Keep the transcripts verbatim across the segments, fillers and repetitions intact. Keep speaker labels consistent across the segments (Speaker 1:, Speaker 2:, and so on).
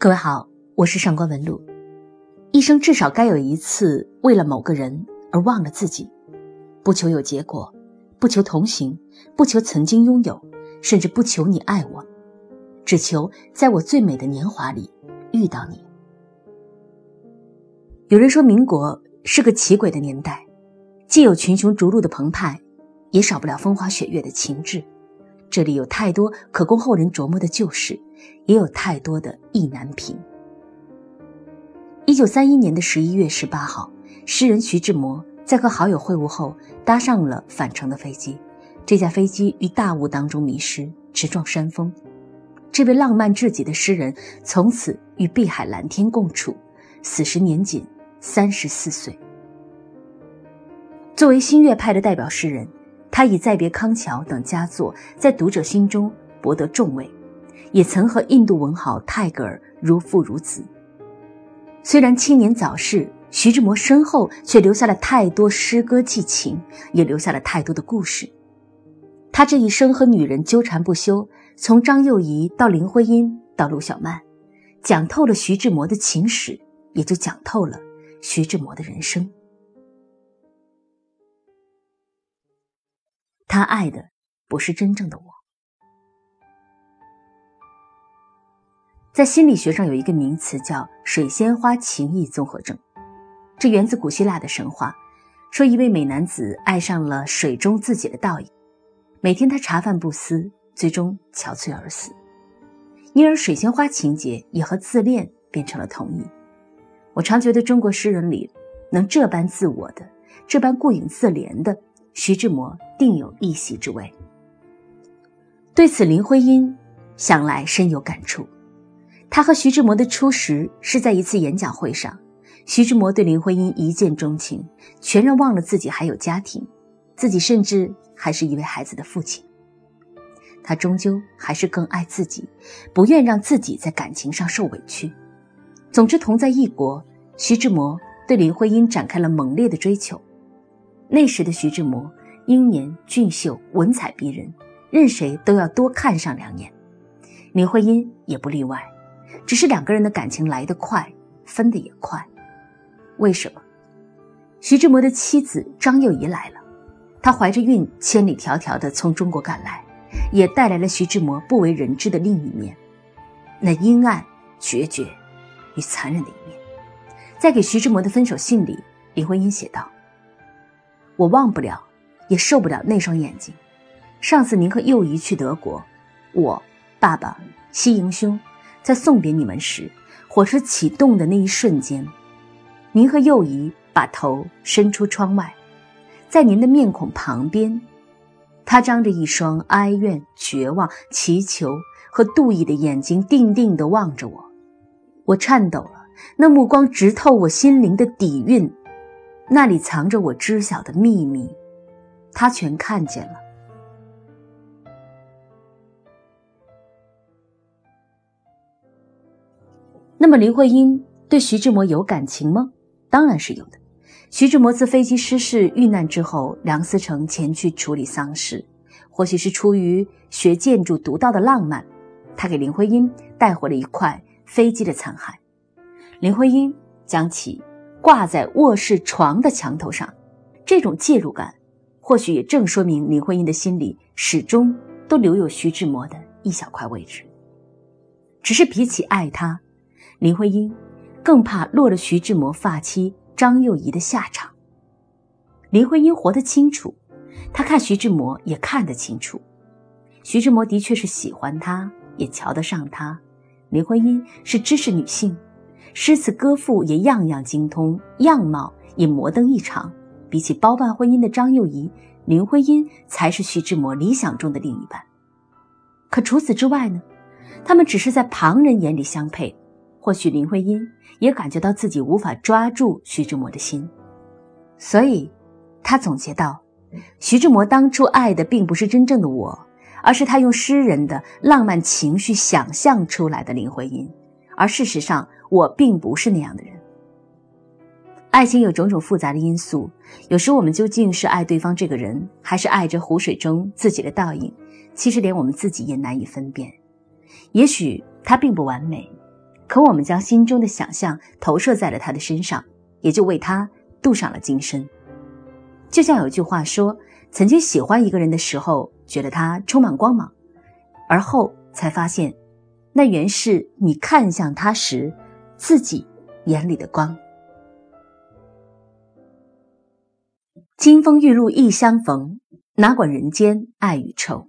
Speaker 1: 各位好，我是上官文露。一生至少该有一次为了某个人而忘了自己，不求有结果，不求同行，不求曾经拥有，甚至不求你爱我，只求在我最美的年华里遇到你。有人说民国是个奇诡的年代，既有群雄逐鹿的澎湃，也少不了风花雪月的情致。这里有太多可供后人琢磨的旧事，也有太多的意难平。一九三一年的十一月十八号，诗人徐志摩在和好友会晤后搭上了返程的飞机，这架飞机于大雾当中迷失，直撞山峰。这位浪漫至极的诗人从此与碧海蓝天共处，死时年仅三十四岁。作为新月派的代表诗人，他以再别康桥等佳作在读者心中博得重位，也曾和印度文豪泰戈尔如父如子。虽然青年早逝，徐志摩身后却留下了太多诗歌寄情，也留下了太多的故事。他这一生和女人纠缠不休，从张幼仪到林徽因到陆小曼，讲透了徐志摩的情史，也就讲透了徐志摩的人生。他爱的不是真正的我。在心理学上有一个名词叫水仙花情意综合症，这源自古希腊的神话，说一位美男子爱上了水中自己的倒影，每天他茶饭不思，最终憔悴而死。因而水仙花情节也和自恋变成了同义。我常觉得中国诗人里能这般自我的，这般顾影自怜的，徐志摩定有一席之位。对此林徽因想来深有感触。他和徐志摩的初识是在一次演讲会上，徐志摩对林徽因一见钟情，全然忘了自己还有家庭，自己甚至还是一位孩子的父亲。他终究还是更爱自己，不愿让自己在感情上受委屈。总之同在异国，徐志摩对林徽因展开了猛烈的追求。那时的徐志摩英年俊秀，文采逼人，任谁都要多看上两眼。林徽因也不例外，只是两个人的感情来得快，分得也快。为什么？徐志摩的妻子张幼仪来了，她怀着孕千里迢迢地从中国赶来，也带来了徐志摩不为人知的另一面，那阴暗、决绝与残忍的一面。在给徐志摩的分手信里，林徽因写道：我忘不了，也受不了那双眼睛。上次您和幼仪去德国，我、爸爸、西营兄在送别你们时，火车启动的那一瞬间，您和幼仪把头伸出窗外，在您的面孔旁边，他张着一双哀怨、绝望、祈求和妒意的眼睛，定定地望着我。我颤抖了，那目光直透我心灵的底蕴，那里藏着我知晓的秘密，他全看见了。那么林徽因对徐志摩有感情吗？当然是有的。徐志摩自飞机失事遇难之后，梁思成前去处理丧事，或许是出于学建筑独到的浪漫，他给林徽因带回了一块飞机的残骸。林徽因将其挂在卧室床的墙头上，这种介入感或许也正说明林徽因的心里始终都留有徐志摩的一小块位置。只是比起爱他，林徽因更怕落了徐志摩发妻张幼仪的下场。林徽因活得清楚，她看徐志摩也看得清楚。徐志摩的确是喜欢他，也瞧得上他。林徽因是知识女性，诗词歌赋也样样精通，样貌也摩登异常。比起包办婚姻的张幼仪，林徽因才是徐志摩理想中的另一半。可除此之外呢？他们只是在旁人眼里相配，或许林徽因也感觉到自己无法抓住徐志摩的心。所以他总结道，徐志摩当初爱的并不是真正的我，而是他用诗人的浪漫情绪想象出来的林徽因，而事实上我并不是那样的人。爱情有种种复杂的因素，有时我们究竟是爱对方这个人，还是爱着湖水中自己的倒影，其实连我们自己也难以分辨。也许它并不完美， 可我们将心中的想象投射在了他的身上，也就为他镀上了金身。就像有句话说，曾经喜欢一个人的时候，觉得他充满光芒，而后才发现，那原是你看向他时自己眼里的光。金风玉露一相逢，哪管人间爱与愁。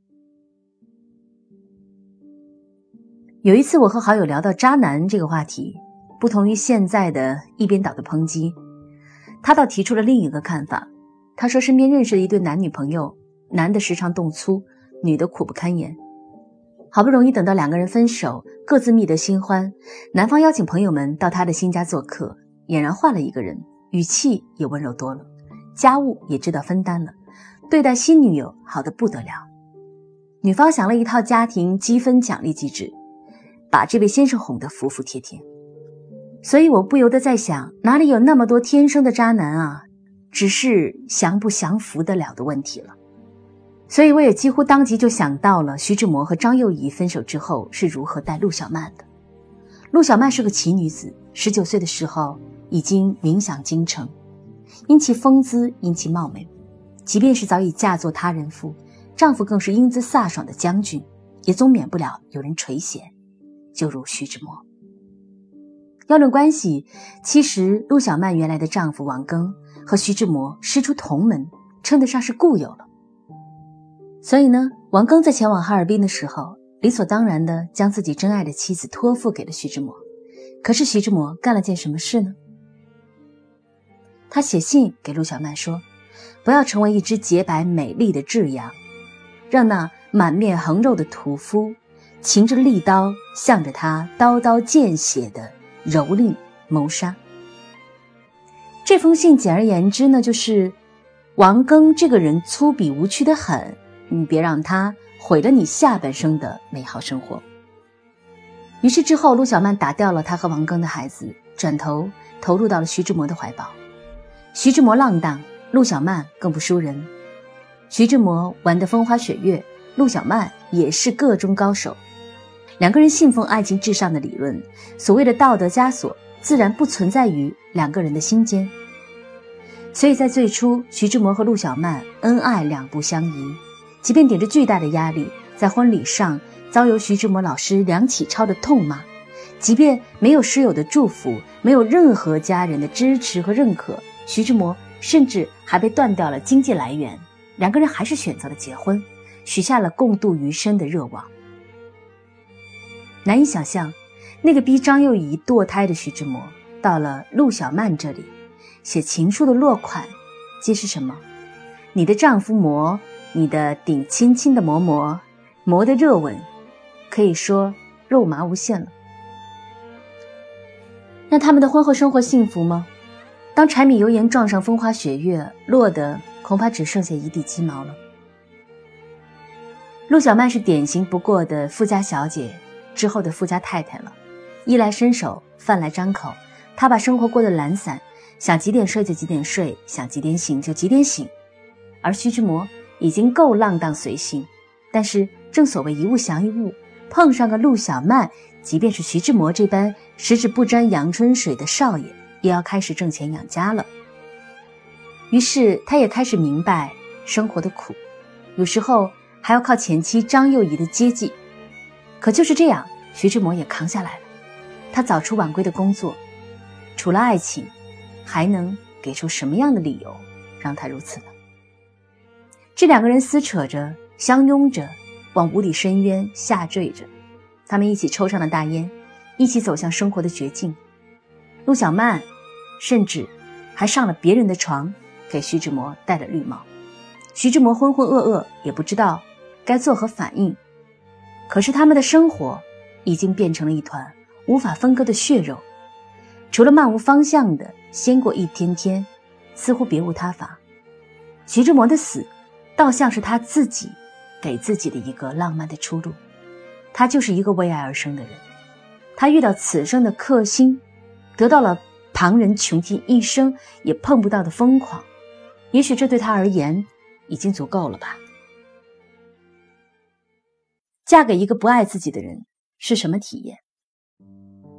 Speaker 1: 有一次我和好友聊到渣男这个话题，不同于现在的一边倒的抨击，他倒提出了另一个看法。他说身边认识的一对男女朋友，男的时常动粗，女的苦不堪言。好不容易等到两个人分手，各自觅得新欢，男方邀请朋友们到他的新家做客，俨然换了一个人，语气也温柔多了，家务也知道分担了，对待新女友好得不得了。女方想了一套家庭积分奖励机制，把这位先生哄得服服帖帖。所以我不由得在想，哪里有那么多天生的渣男啊，只是降不降服得了的问题了。所以我也几乎当即就想到了徐志摩和张幼仪分手之后是如何待陆小曼的。陆小曼是个奇女子，十九岁的时候已经名响京城，因其风姿，因其貌美，即便是早已嫁作他人妇，丈夫更是英姿飒爽的将军，也总免不了有人垂涎，就如徐志摩。要论关系，其实陆小曼原来的丈夫王庚和徐志摩师出同门，称得上是故友了。所以呢，王庚在前往哈尔滨的时候，理所当然地将自己真爱的妻子托付给了徐志摩。可是徐志摩干了件什么事呢？他写信给陆小曼说，不要成为一只洁白美丽的雉羊，让那满面横肉的屠夫擎着利刀向着他刀刀见血的蹂躏谋杀。这封信简而言之呢，就是王庚这个人粗鄙无趣的很，你别让他毁了你下半生的美好生活。于是之后，陆小曼打掉了他和王庚的孩子，转头投入到了徐志摩的怀抱。徐志摩浪荡，陆小曼更不输人。徐志摩玩得风花雪月，陆小曼也是个中高手。两个人信奉爱情至上的理论，所谓的道德枷锁自然不存在于两个人的心间。所以在最初，徐志摩和陆小曼恩爱两不相宜，即便顶着巨大的压力，在婚礼上遭由徐志摩老师梁启超的痛骂，即便没有师友的祝福，没有任何家人的支持和认可，徐志摩甚至还被断掉了经济来源，两个人还是选择了结婚，许下了共度余生的热望。难以想象，那个逼张幼仪堕胎的徐志摩，到了陆小曼这里，写情书的落款皆是什么？你的丈夫磨，你的顶轻轻的磨磨，磨的热吻，可以说肉麻无限了。那他们的婚后生活幸福吗？当柴米油盐撞上风花雪月，落得恐怕只剩下一地鸡毛了。陆小曼是典型不过的富家小姐之后的富家太太了，衣来伸手，饭来张口，她把生活过得懒散，想几点睡就几点睡，想几点醒就几点醒。而徐志摩已经够浪荡随性，但是正所谓一物降一物，碰上个陆小曼，即便是徐志摩这般十指不沾阳春水的少爷，也要开始挣钱养家了。于是他也开始明白生活的苦，有时候还要靠前妻张幼仪的接济。可就是这样，徐志摩也扛下来了。他早出晚归的工作，除了爱情，还能给出什么样的理由让他如此呢？这两个人撕扯着，相拥着，往无底深渊下坠着。他们一起抽上了大烟，一起走向生活的绝境。陆小曼甚至还上了别人的床，给徐志摩戴了绿帽。徐志摩浑浑噩噩，也不知道该作何反应。可是他们的生活已经变成了一团无法分割的血肉，除了漫无方向的先过一天天，似乎别无他法。徐志摩的死倒像是他自己给自己的一个浪漫的出路。他就是一个为爱而生的人，他遇到此生的克星，得到了旁人穷尽一生也碰不到的疯狂，也许这对他而言已经足够了吧。嫁给一个不爱自己的人是什么体验？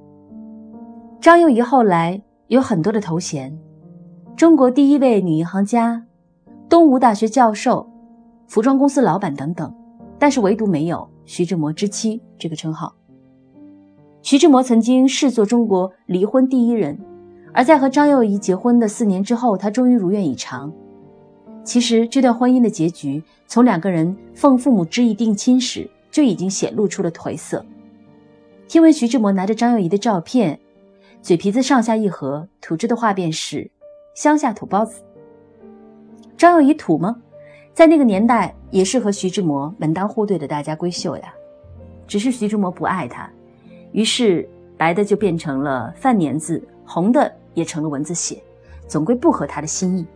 Speaker 1: 张幼仪后来有很多的头衔，中国第一位女银行家，东吴大学教授，服装公司老板等等，但是唯独没有徐志摩之妻这个称号。徐志摩曾经视作中国离婚第一人，而在和张幼仪结婚的四年之后，他终于如愿以偿。其实这段婚姻的结局，从两个人奉父母之意定亲时就已经显露出了颓色。听闻徐志摩拿着张幼仪的照片，嘴皮子上下一合，吐出的话便是乡下土包子。张幼仪土吗？在那个年代也是和徐志摩门当户对的大家闺秀呀。只是徐志摩不爱她，于是白的就变成了饭年字，红的也成了蚊子血，总归不合他的心意。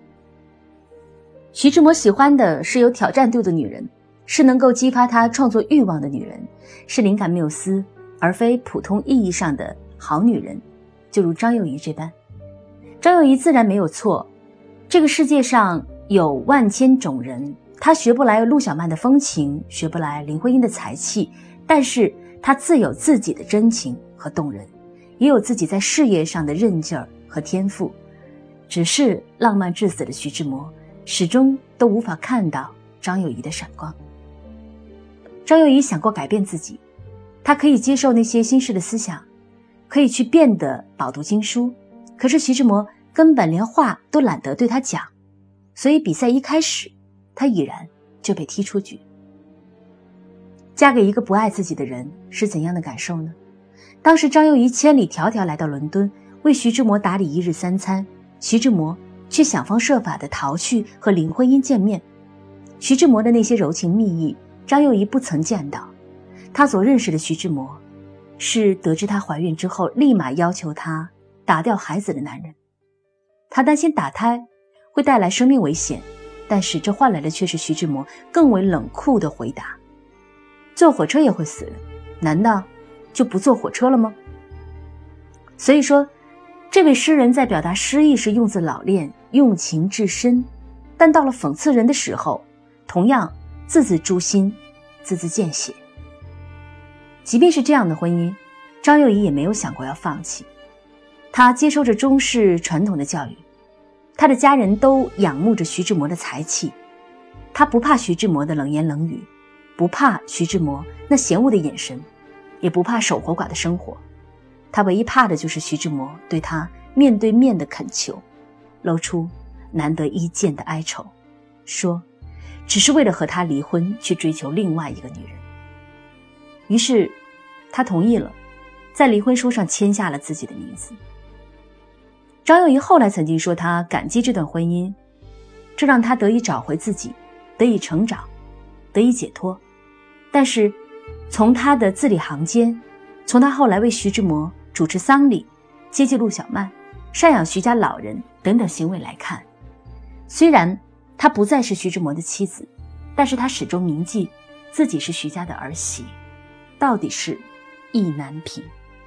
Speaker 1: 徐志摩喜欢的是有挑战度的女人，是能够激发他创作欲望的女人，是灵感缪斯，而非普通意义上的好女人，就如张幼仪这般。张幼仪自然没有错，这个世界上有万千种人，她学不来陆小曼的风情，学不来林徽因的才气，但是她自有自己的真情和动人，也有自己在事业上的韧劲儿和天赋。只是浪漫至死的徐志摩始终都无法看到张幼仪的闪光。张幼仪想过改变自己，她可以接受那些新式的思想，可以去变得饱读经书，可是徐志摩根本连话都懒得对她讲，所以比赛一开始，她已然就被踢出局。嫁给一个不爱自己的人是怎样的感受呢？当时张幼仪千里迢迢来到伦敦，为徐志摩打理一日三餐，徐志摩却想方设法地逃去和林徽因见面。徐志摩的那些柔情蜜意，张幼仪不曾见到。她所认识的徐志摩，是得知她怀孕之后立马要求她打掉孩子的男人。她担心打胎会带来生命危险，但是这换来的却是徐志摩更为冷酷的回答：坐火车也会死人，难道就不坐火车了吗？所以说，这位诗人在表达诗意时用字老练，用情至深，但到了讽刺人的时候，同样字字诛心，字字见血。即便是这样的婚姻，张幼仪也没有想过要放弃。她接受着中式传统的教育，她的家人都仰慕着徐志摩的才气，她不怕徐志摩的冷言冷语，不怕徐志摩那嫌恶的眼神，也不怕守活寡的生活。她唯一怕的就是徐志摩对她面对面的恳求，露出难得一见的哀愁，说只是为了和他离婚去追求另外一个女人。于是他同意了，在离婚书上签下了自己的名字。张幼仪后来曾经说她感激这段婚姻，这让她得以找回自己，得以成长，得以解脱。但是从她的字里行间，从她后来为徐志摩主持丧礼，接济陆小曼，赡养徐家老人等等行为来看，虽然她不再是徐志摩的妻子，但是她始终铭记自己是徐家的儿媳，到底是意难平。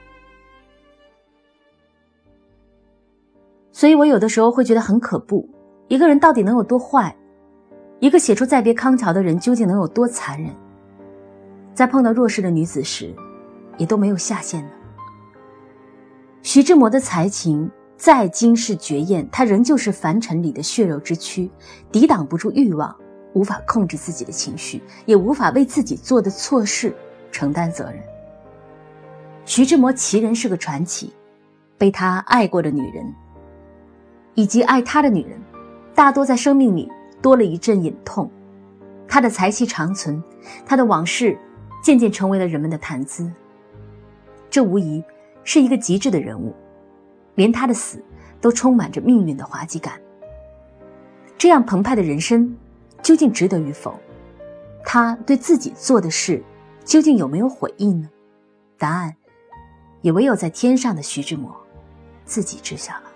Speaker 1: 所以我有的时候会觉得很可怖，一个人到底能有多坏？一个写出再别康桥的人究竟能有多残忍？在碰到弱势的女子时，也都没有下限呢。徐志摩的才情再惊世绝艳，他仍旧是凡尘里的血肉之躯，抵挡不住欲望，无法控制自己的情绪，也无法为自己做的错事承担责任。徐志摩其人是个传奇，被他爱过的女人以及爱他的女人，大多在生命里多了一阵隐痛。他的才气长存，他的往事渐渐成为了人们的谈资。这无疑是一个极致的人物，连他的死都充满着命运的滑稽感。这样澎湃的人生究竟值得与否？他对自己做的事究竟有没有悔意呢？答案也唯有在天上的徐志摩自己知晓了。